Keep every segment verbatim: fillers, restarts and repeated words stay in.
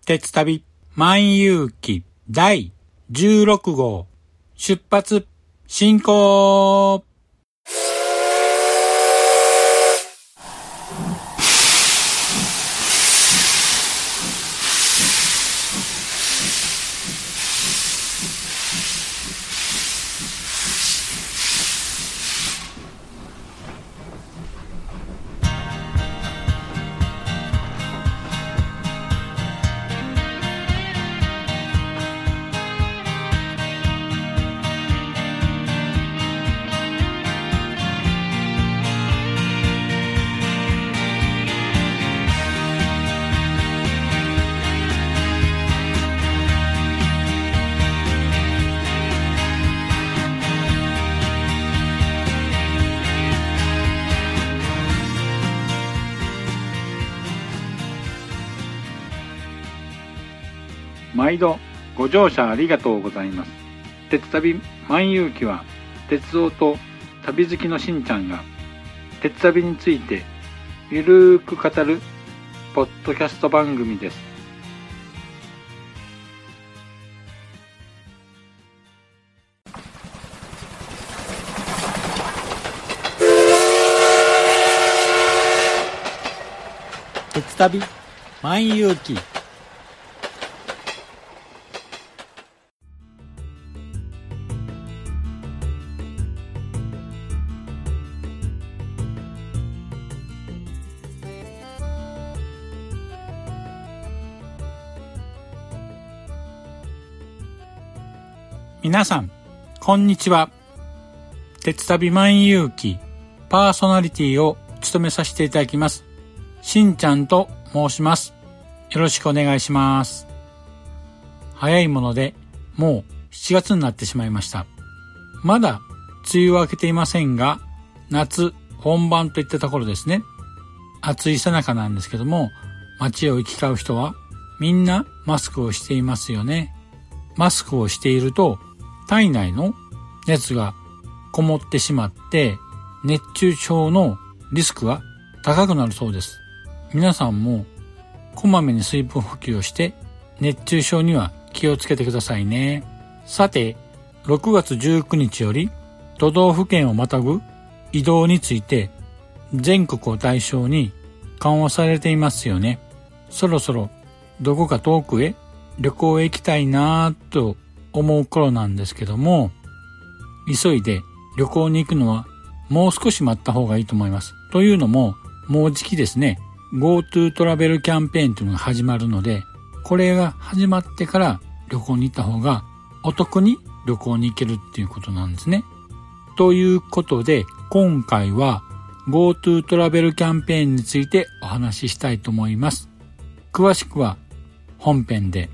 鉄旅万有記だいじゅうろくごう出発進行。 毎度ご乗車ありがとうございます。鉄旅万有記は鉄道と旅好きのしんちゃんが鉄旅についてゆるーく語るポッドキャスト番組です。 鉄旅万有記。皆さんこんにちは。鉄旅万有記パーソナリティを務めさせていただきますしんちゃんと申します。よろしくお願いします。早いものでもうしちがつになってしまいました。まだ梅雨は明けていませんが夏本番といったところですね。暑いさなかなんですけども、街を行き交う人はみんなマスクをしていますよね。マスクをしていると体内の熱がこもってしまって熱中症のリスクが高くなるそうです。皆さんもこまめに水分補給をして熱中症には気をつけてくださいね。さて、ろくがつじゅうくにちより都道府県をまたぐ移動について全国を対象に緩和されていますよね。そろそろどこか遠くへ旅行へ行きたいなぁと思う頃なんですけども、急いで旅行に行くのはもう少し待った方がいいと思います。というのも、もうじきですね、GoTo トラベルキャンペーンというのが始まるので、これが始まってから旅行に行った方がお得に旅行に行けるっていうことなんですね。ということで、今回は GoTo トラベルキャンペーンについてお話ししたいと思います。詳しくは本編で。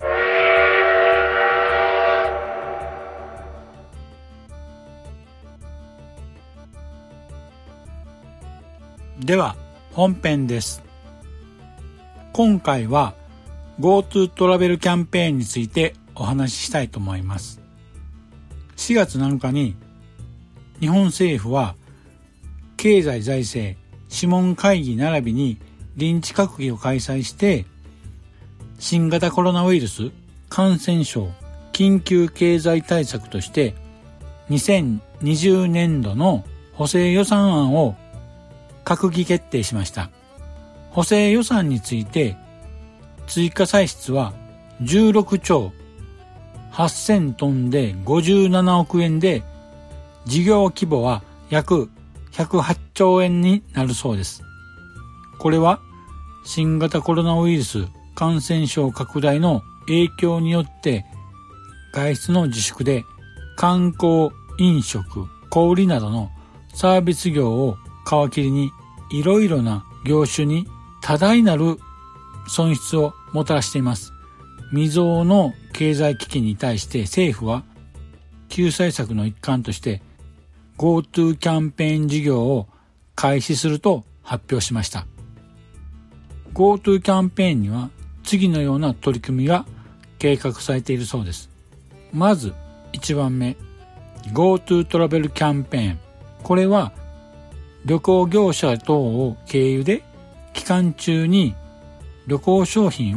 では本編です。今回は GoTo トラベルキャンペーンについてお話ししたいと思います。しがつなのかに日本政府は経済財政諮問会議並びに臨時閣議を開催して新型コロナウイルス感染症緊急経済対策としてにせんにじゅうねんどの補正予算案を閣議決定しました。補正予算について追加歳出はじゅうろくちょうはっせんとんでごじゅうななおくえんで、事業規模は約ひゃくはちちょうえんになるそうです。これは新型コロナウイルス感染症拡大の影響によって外出の自粛で観光、飲食、小売などのサービス業を皮切りにいろいろな業種に多大なる損失をもたらしています。未曾有の経済危機に対して政府は救済策の一環として GoTo キャンペーン事業を開始すると発表しました。 GoTo キャンペーンには次のような取り組みが計画されているそうです。まずいちばんめ、 GoTo トラベルキャンペーン。これは旅行業者等を経由で期間中に旅行商品を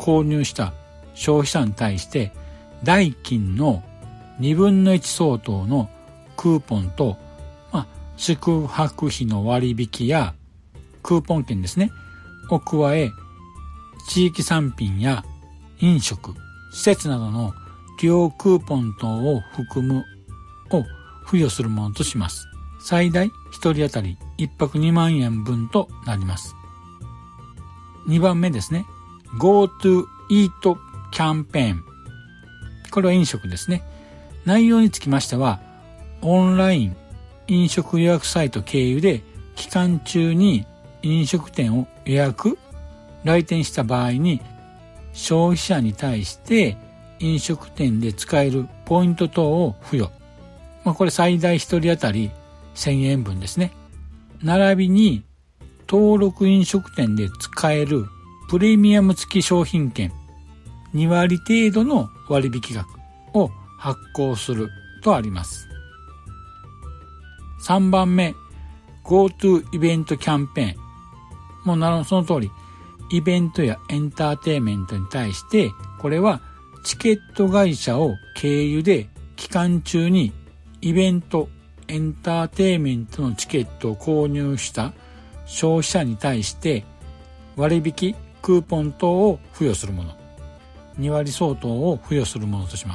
購入した消費者に対して代金のにぶんのいち相当のクーポンと、まあ、宿泊費の割引やクーポン券ですねを加え、地域産品や飲食、施設などの利用クーポン等を含むを付与するものとします。最大ひとり当たりいっぱくにまんえんぶんとなります。にばんめですね。GoTo Eat キャンペーン。これは飲食ですね。内容につきましては、オンライン飲食予約サイト経由で期間中に飲食店を予約、来店した場合に消費者に対して飲食店で使えるポイント等を付与。まあ、これ最大ひとり当たりせんえんぶんですね。並びに登録飲食店で使えるプレミアム付き商品券にわり程度の割引額を発行するとあります。さんばんめ、GoTo イベントキャンペーン。もうなるその通り、イベントやエンターテインメントに対して、これはチケット会社を経由で期間中にイベント、エンターテインメントのチケットを購入した消費者に対して割引、クーポン等を付与するもの。にわり相当を付与するものとします。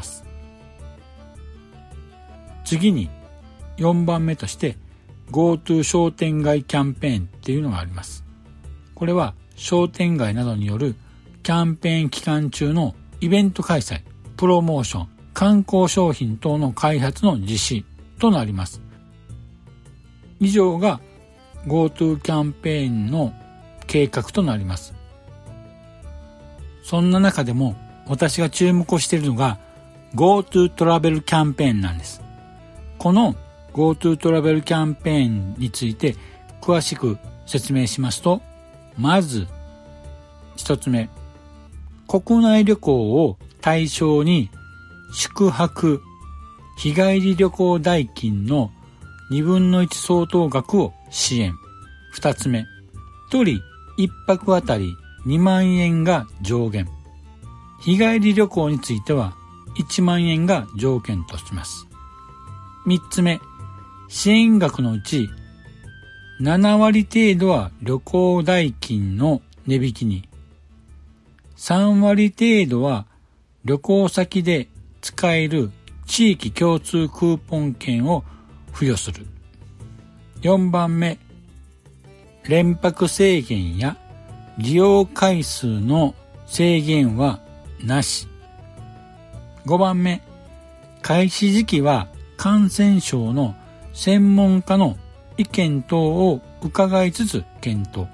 次によんばんめとして GoTo 商店街キャンペーンっていうのがあります。これは商店街などによるキャンペーン期間中のイベント開催、プロモーション、観光商品等の開発の実施となります。以上が GoTo キャンペーンの計画となります。そんな中でも私が注目をしているのが GoTo トラベルキャンペーンなんです。この GoTo トラベルキャンペーンについて詳しく説明しますと、まず一つ目、国内旅行を対象に宿泊、日帰り旅行代金のにぶんのいち相当額を支援。二つ目、一人一泊あたりにまんえんが上限。日帰り旅行についてはいちまんえんが条件とします。三つ目、支援額のうちななわり程度は旅行代金の値引きに、さんわり程度は旅行先で使える地域共通クーポン券を付与する。よんばんめ、連泊制限や利用回数の制限はなし。ごばんめ、開始時期は感染症の専門家の意見等を伺いつつ検討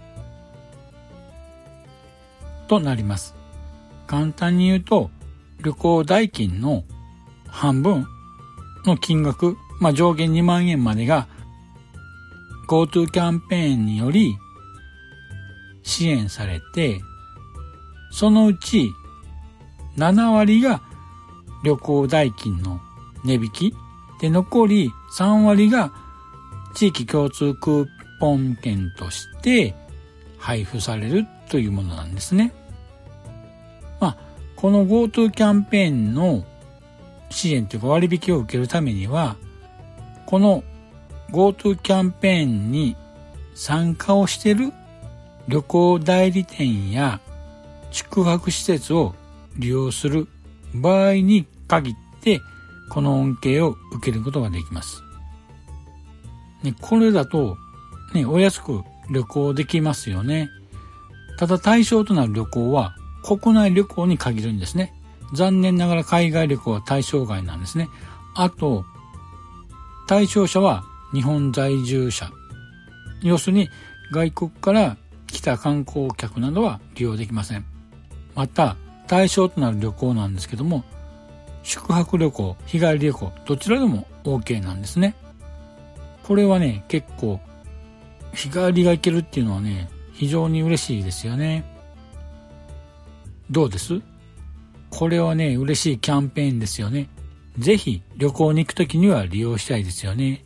となります。簡単に言うと、旅行代金の半分の金額、まあ、上限にまんえんまでが GoTo キャンペーンにより支援されて、そのうちななわりが旅行代金の値引きで、残りさんわりが地域共通クーポン券として配布されるというものなんですね。まあ、この GoTo キャンペーンの支援というか割引を受けるためには、この GoTo キャンペーンに参加をしている旅行代理店や宿泊施設を利用する場合に限ってこの恩恵を受けることができます。ね、これだと、ね、お安く旅行できますよね。ただ対象となる旅行は国内旅行に限るんですね。残念ながら海外旅行は対象外なんですね。あと、対象者は日本在住者。要するに外国から来た観光客などは利用できません。また、対象となる旅行なんですけども、宿泊旅行、日帰り旅行、どちらでも OK なんですね。これはね、結構、日帰りが行けるっていうのはね、非常に嬉しいですよね。どうです？これはね、嬉しいキャンペーンですよね。ぜひ旅行に行くときには利用したいですよね。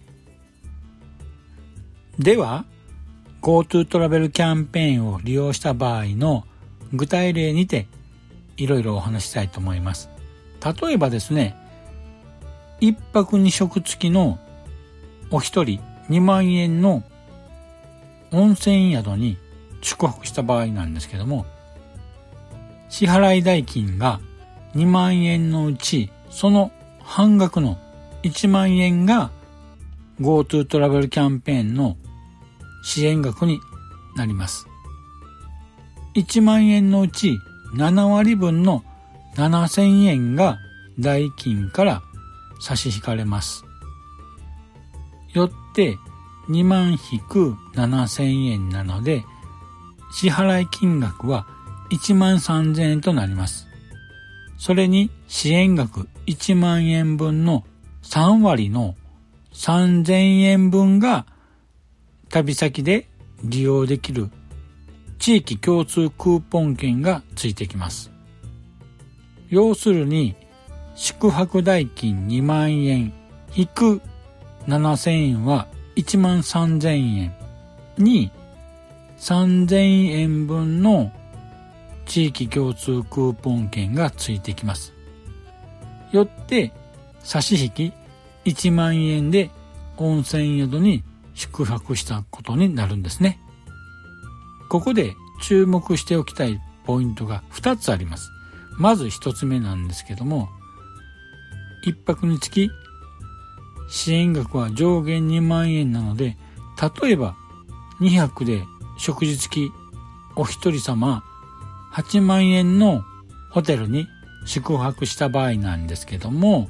では、GoTo トラベルキャンペーンを利用した場合の具体例にていろいろお話したいと思います。例えばですね、一泊二食付きのお一人にまんえんの温泉宿に宿泊した場合なんですけども、支払い代金がにまんえんのうちその半額のいちまんえんが GoTo トラベルキャンペーンの支援額になります。いちまんえんのうちななわりぶんのななせんえんが代金から差し引かれます。よってにまん引くななせんえんなので、支払い金額はいちまんさんぜんえんとなります。それに支援額いちまんえんぶんのさんわりのさんぜんえんぶんが旅先で利用できる地域共通クーポン券がついてきます。要するに宿泊代金にまんえん引くななせんえんはいちまんさんぜんえんにさんぜんえんぶんの地域共通クーポン券がついてきます。よって差し引きいちまんえんで温泉宿に宿泊したことになるんですね。ここで注目しておきたいポイントがふたつあります。まずひとつめなんですけども、一泊につき支援額は上限にまんえんなので、例えばにはくで食事付きお一人様はちまんえんのホテルに宿泊した場合なんですけども、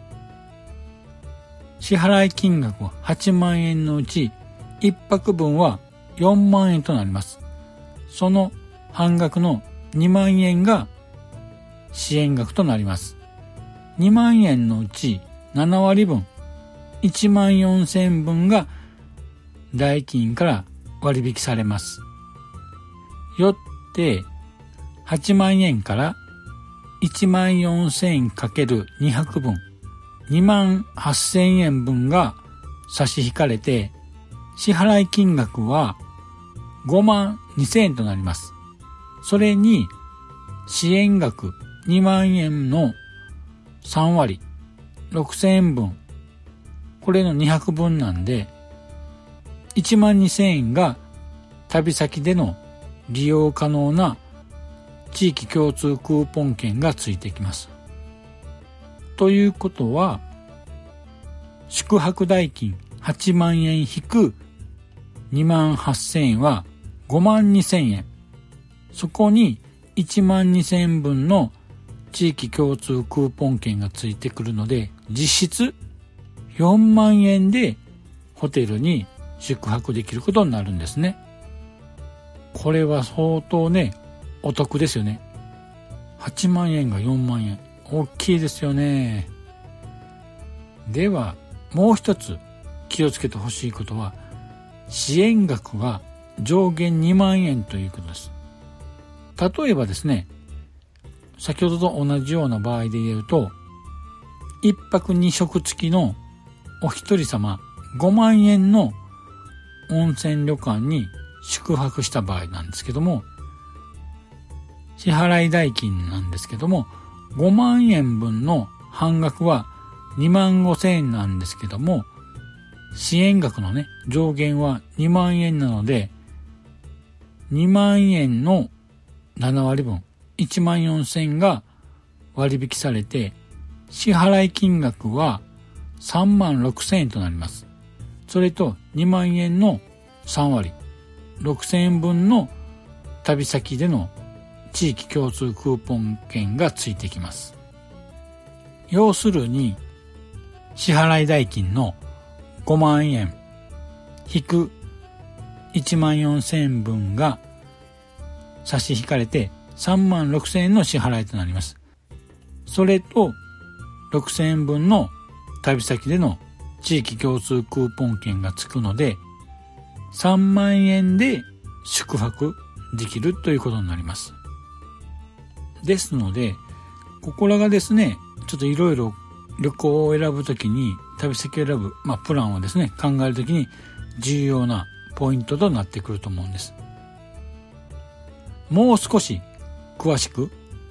支払い金額ははちまんえんのうちいっぱくぶんはよんまんえんとなります。その半額のにまんえんが支援額となります。にまんえんのうちななわりぶんいちまんよんせんぶんが代金から割引されます。よってはちまんえんからいちまんよんせんえんかけるにはくぶんにまんはっせんえんぶんが差し引かれて、支払い金額はごまんにせんえんとなります。それに支援額にまんえんのさんわりろくせんえんぶん、これのにはくぶんなんでいちまんにせんえんが旅先での利用可能な地域共通クーポン券がついてきます。ということは、宿泊代金はちまんえん引くにまんはっせんえんはごまんにせんえん。そこにいちまんにせんえんぶんの地域共通クーポン券がついてくるので、実質よんまんえんでホテルに宿泊できることになるんですね。これは相当ね、お得ですよね。はちまんえんがよんまんえん。大きいですよね。では、もう一つ気をつけてほしいことは、支援額が上限にまんえんということです。例えばですね、先ほどと同じような場合で言うと、一泊二食付きのお一人様ごまんえんの温泉旅館に宿泊した場合なんですけども、支払い代金なんですけども、ごまんえんぶんの半額はにまんごせんえんなんですけども、支援額のね、上限はにまんえんなので、にまんえんのななわりぶん、いちまんよんせんえんが割引されて、支払い金額はさんまんろくせんえんとなります。それとにまんえんのさんわり、ろくせんえんぶんの旅先での地域共通クーポン券がついてきます。要するに、支払い代金のごまんえん引くいちまんよんせんえんぶんが差し引かれてさんまんろくせんえんの支払いとなります。それとろくせんえんぶんの旅先での地域共通クーポン券がつくので、さんまんえんで宿泊できるということになります。ですので、ここらがですね、ちょっといろいろ旅行を選ぶときに、旅先を選ぶ、まあ、プランをですね、考えるときに重要なポイントとなってくると思うんです。もう少し詳しく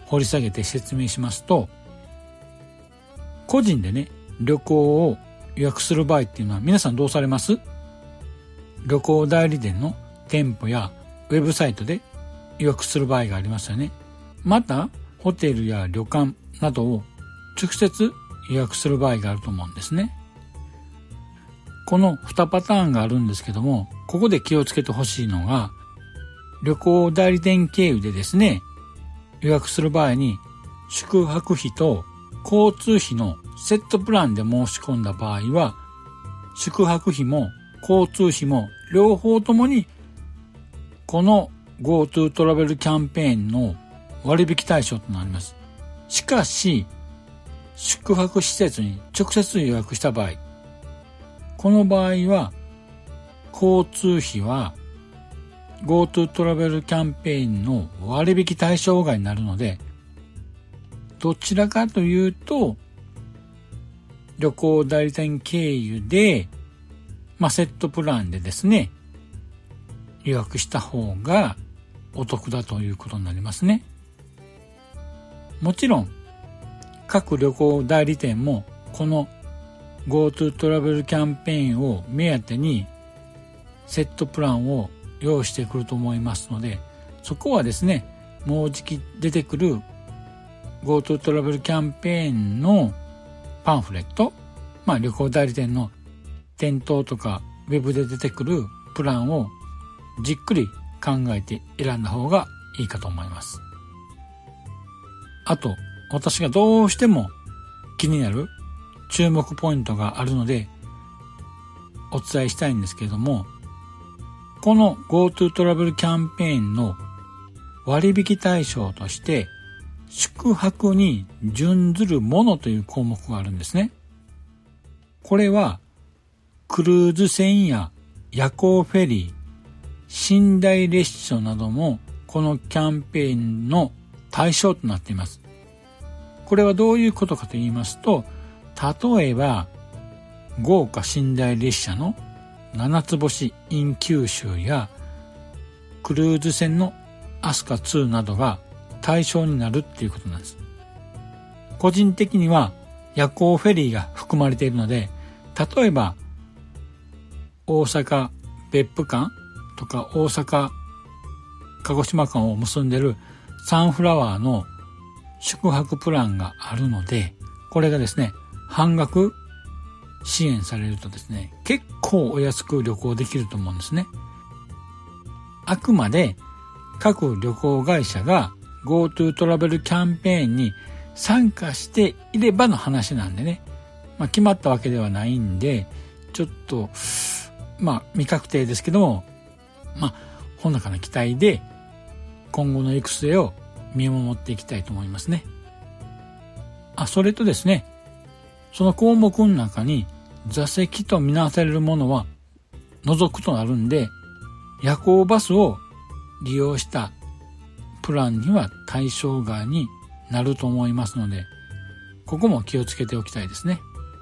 掘り下げて説明しますと、個人でね、旅行を予約する場合っていうのは皆さんどうされます？旅行代理店の店舗やウェブサイトで予約する場合がありますよね。また、ホテルや旅館などを直接予約する場合があると思うんですね。このにパターンがあるんですけども、ここで気をつけてほしいのが、旅行代理店経由でですね、予約する場合に宿泊費と交通費のセットプランで申し込んだ場合は、宿泊費も交通費も両方ともにこの GoTo トラベルキャンペーンの割引対象となります。しかし、宿泊施設に直接予約した場合、この場合は交通費は GoTo トラベルキャンペーンの割引対象外になるので、どちらかというと旅行代理店経由で、まあ、セットプランでですね、予約した方がお得だということになりますね。もちろん各旅行代理店もこの GoTo トラベルキャンペーンを目当てにセットプランを用意してくると思いますので、そこはですね、もうじき出てくる GoTo トラベルキャンペーンのパンフレット、まあ旅行代理店の店頭とかウェブで出てくるプランをじっくり考えて選んだ方がいいかと思います。あと、私がどうしても気になる注目ポイントがあるのでお伝えしたいんですけれども、この GoTo トラベルキャンペーンの割引対象として宿泊に準ずるものという項目があるんですね。これはクルーズ船や夜行フェリー、寝台列車などもこのキャンペーンの対象となっています。これはどういうことかと言いますと、例えば豪華寝台列車の七つ星 in 九州やクルーズ船のアスカツーなどが対象になるっていうことなんです。個人的には夜行フェリーが含まれているので、例えば大阪別府間とか大阪鹿児島間を結んでるサンフラワーの宿泊プランがあるので、これがですね、半額支援されるとですね、結構お安く旅行できると思うんですね。あくまで各旅行会社が GoTo トラベルキャンペーンに参加していればの話なんでね、まあ、決まったわけではないんで、ちょっとまあ未確定ですけども、まあほのかな期待で今後の行く末を見守っていきたいと思いますね。あ、それとですね、その項目の中に座席とみなされるものは除くとなるんで、夜行バスを利用したプランには対象外になると思いますので、ここも気をつけておきたいですね。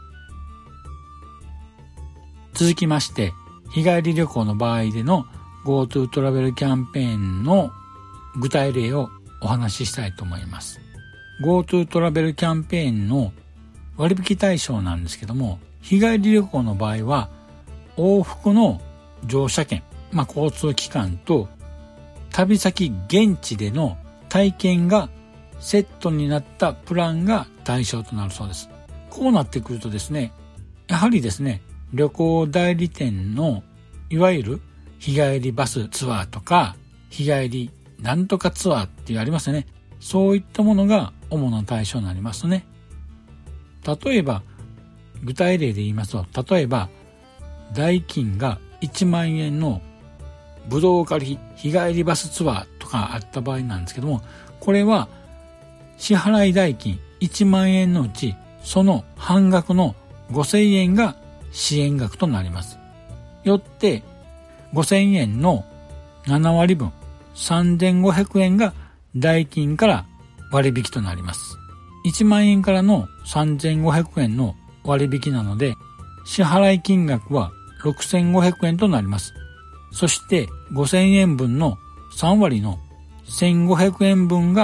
続きまして、日帰り旅行の場合での GoTo トラベルキャンペーンの具体例をお話ししたいと思います。GoTo トラベルキャンペーンの割引対象なんですけども、日帰り旅行の場合は往復の乗車券、まあ交通機関と旅先現地での体験がセットになったプランが対象となるそうです。こうなってくるとですね、やはりですね、旅行代理店のいわゆる日帰りバスツアーとか日帰りなんとかツアーっていうありますよね。そういったものが主な対象になりますね。例えば具体例で言いますと、例えば代金がいちまんえんのぶどう狩り日帰りバスツアーとかあった場合なんですけども、これは支払い代金いちまんえんのうちその半額のごせんえんが支援額となります。よってごせんえんのななわりぶんさんぜんごひゃくえんが代金から割引となります。いちまんえんからのさんぜんごひゃくえんの割引なので、支払い金額はろくせんごひゃくえんとなります。そしてごせんえんぶんのさんわりのせんごひゃくえんぶんが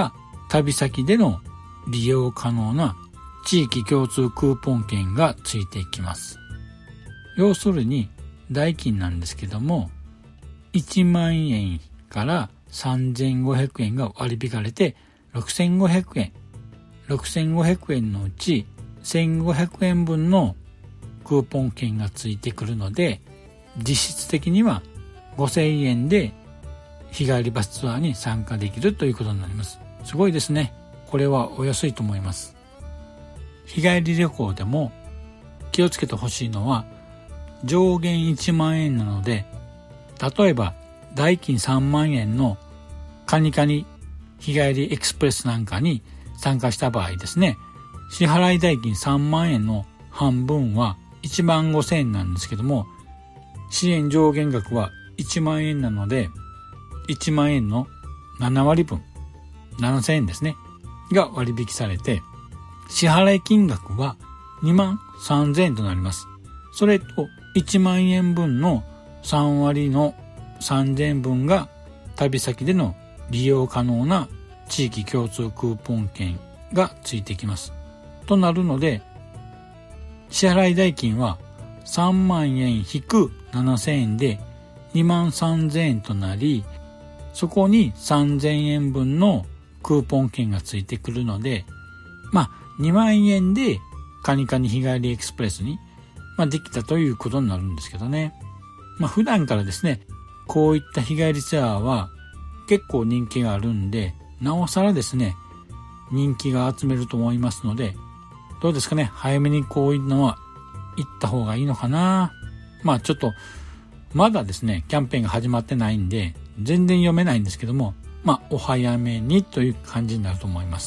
旅先での利用可能な地域共通クーポン券がついてきます。要するに代金なんですけども、いちまんえんからさんぜんごひゃくえんが割り引かれてろくせんごひゃくえん。ろくせんごひゃくえんのうちせんごひゃくえんぶんのクーポン券がついてくるので、実質的にはごせんえんで日帰りバスツアーに参加できるということになります。すごいですね。これはお安いと思います。日帰り旅行でも気をつけてほしいのは、上限いちまんえんなので、例えば代金さんまんえんのカニカニ日帰りエクスプレスなんかに参加した場合ですね、支払い代金さんまんえんの半分はいちまんごせんえんなんですけども、支援上限額はいちまんえんなので、いちまんえんのななわりぶん、ななせんえんですね、が割引されて、支払い金額はにまんさんぜんえんとなります。それといちまんえんぶんのさんわりのさんぜんえんぶんが旅先での利用可能な地域共通クーポン券がついてきます。となるので、支払い代金はさんまんえん引くななせんえんでにまんさんぜんえんとなり、そこにさんぜんえんぶんのクーポン券がついてくるので、まあにまんえんでカニカニ日帰りエクスプレスに、まあ、できたということになるんですけどね。まあ普段からですね、こういった日帰りツアーは結構人気があるんで、なおさらですね、人気が集めると思いますので、どうですかね、早めにこういうのは行った方がいいのかな。まあちょっとまだですね、キャンペーンが始まってないんで全然読めないんですけども、まあお早めにという感じになると思います。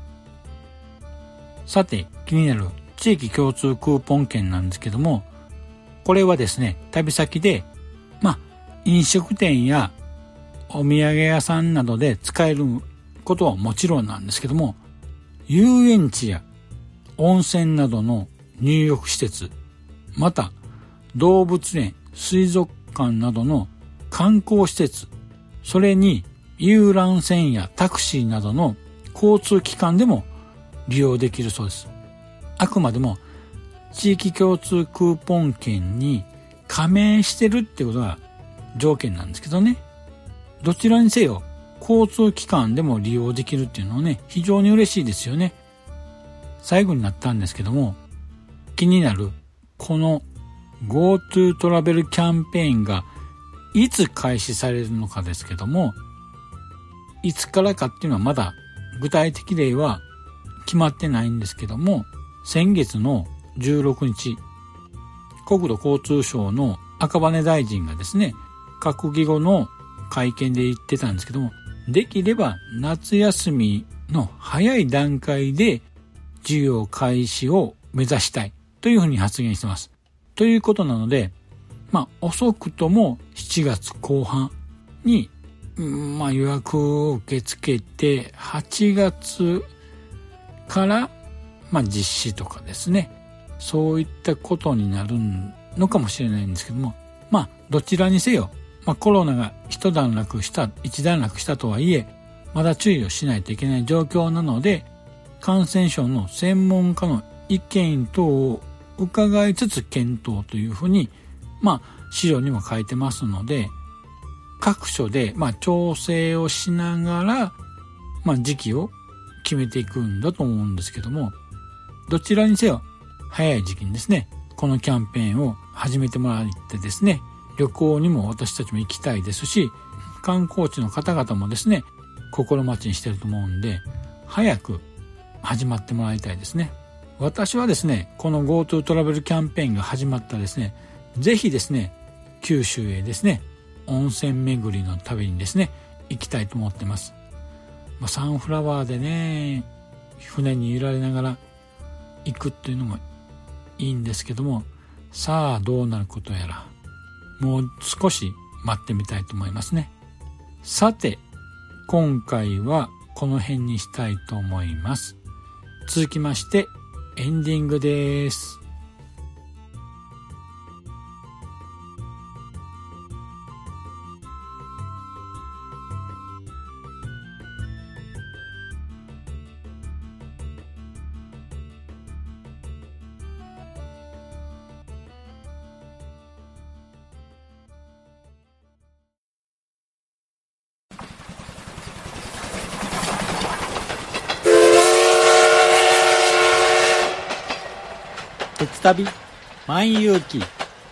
さて、気になる地域共通クーポン券なんですけども、これはですね、旅先でまあ飲食店やお土産屋さんなどで使えることはもちろんなんですけども、遊園地や温泉などの入浴施設、また動物園、水族館などの観光施設、それに遊覧船やタクシーなどの交通機関でも利用できるそうです。あくまでも地域共通クーポン券に加盟してるってことが条件なんですけどね。どちらにせよ交通機関でも利用できるっていうのはね、非常に嬉しいですよね。最後になったんですけども、気になるこの GoTo トラベルキャンペーンがいつ開始されるのかですけども、いつからかっていうのはまだ具体的例は決まってないんですけども、先月のじゅうろくにち、国土交通省の赤羽大臣がですね、閣議後の会見で言ってたんですけども、できれば夏休みの早い段階で授業開始を目指したいというふうに発言してます。ということなので、まあ遅くともしちがつこう半に、まあ予約を受け付けてはちがつからまあ実施とかですね、そういったことになるのかもしれないんですけども、まあどちらにせよ、まあコロナが一段落した、一段落したとはいえ、まだ注意をしないといけない状況なので、感染症の専門家の意見等を伺いつつ検討というふうに、まあ資料にも書いてますので、各所でまあ調整をしながら、まあ時期を決めていくんだと思うんですけども、どちらにせよ早い時期にですね、このキャンペーンを始めてもらってですね、旅行にも私たちも行きたいですし、観光地の方々もですね、心待ちにしてると思うんで、早く始まってもらいたいですね。私はですね、この GoTo トラベルキャンペーンが始まったですね、ぜひですね、九州へですね、温泉巡りの旅にですね、行きたいと思ってます。まあ、サンフラワーでね、船に揺られながら行くっていうのもいいんですけども、さあどうなることやら、もう少し待ってみたいと思いますね。さて、今回はこの辺にしたいと思います。続きましてエンディングです。 鉄旅万有記。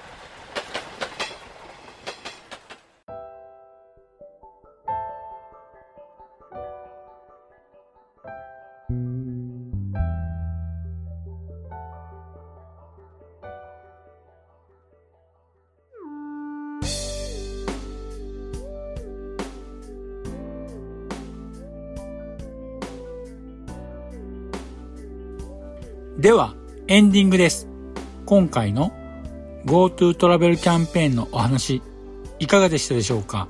ではエンディングです。今回の GoTo トラベルキャンペーンのお話いかがでしたでしょうか。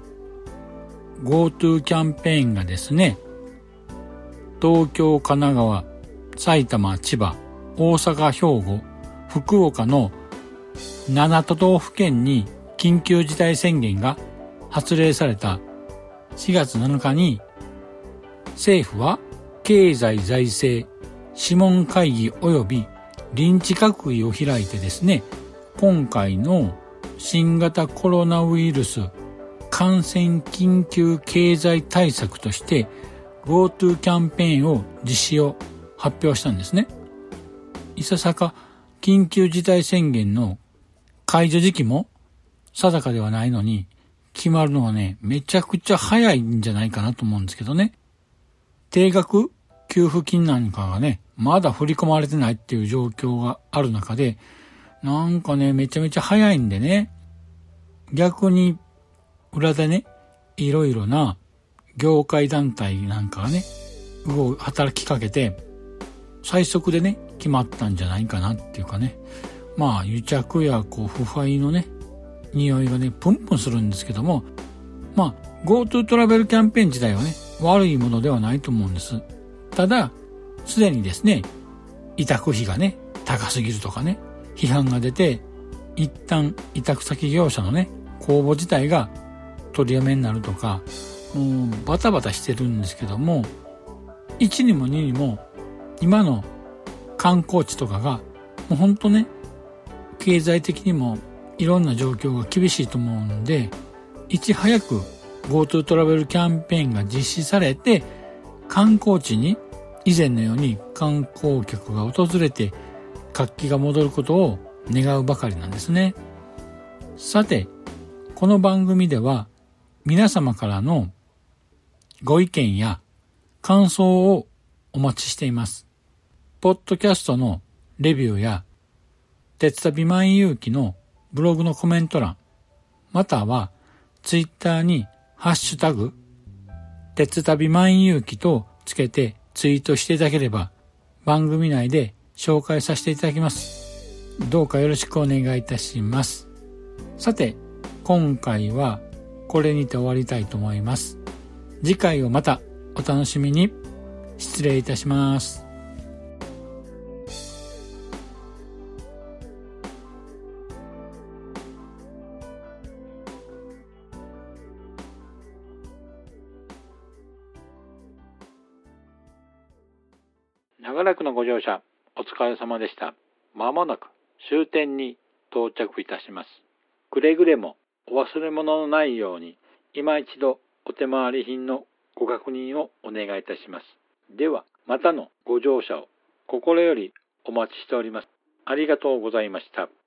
GoTo キャンペーンがですね、東京、神奈川、埼玉、千葉、大阪、兵庫、福岡のなな都道府県に緊急事態宣言が発令されたしがつなのかに、政府は経済財政諮問会議及び臨時閣議を開いてですね、今回の新型コロナウイルス感染緊急経済対策として GoTo キャンペーンを実施を発表したんですね。いささか緊急事態宣言の解除時期も定かではないのに、決まるのはね、めちゃくちゃ早いんじゃないかなと思うんですけどね。定額給付金なんかがね、まだ振り込まれてないっていう状況がある中で、なんかね、めちゃめちゃ早いんでね、逆に裏でね、いろいろな業界団体なんかがね、動い働きかけて、最速でね、決まったんじゃないかなっていうかね。まあ、癒着やこう、腐敗のね、匂いがね、プンプンするんですけども、まあ、GoTo トラベルキャンペーン自体はね、悪いものではないと思うんです。ただ、すでにですね、委託費がね、高すぎるとかね、批判が出て、一旦委託先業者のね、公募自体が取りやめになるとか、もうバタバタしてるんですけども、いちにもににも、今の観光地とかが、もうほんとね、経済的にもいろんな状況が厳しいと思うんで、いち早く GoTo トラベルキャンペーンが実施されて、観光地に以前のように観光客が訪れて活気が戻ることを願うばかりなんですね。さて、この番組では皆様からのご意見や感想をお待ちしています。ポッドキャストのレビューや鉄旅万有記のブログのコメント欄、またはツイッターにハッシュタグ鉄旅万有記とつけてツイートしていただければ番組内で紹介させていただきます。どうかよろしくお願いいたします。さて、今回はこれにて終わりたいと思います。次回をまたお楽しみに。失礼いたします。 長らくのご乗車お疲れ様でした。まもなく終点に到着いたします。くれぐれもお忘れ物のないように今一度お手回り品のご確認をお願いいたします。ではまたのご乗車を心よりお待ちしております。ありがとうございました。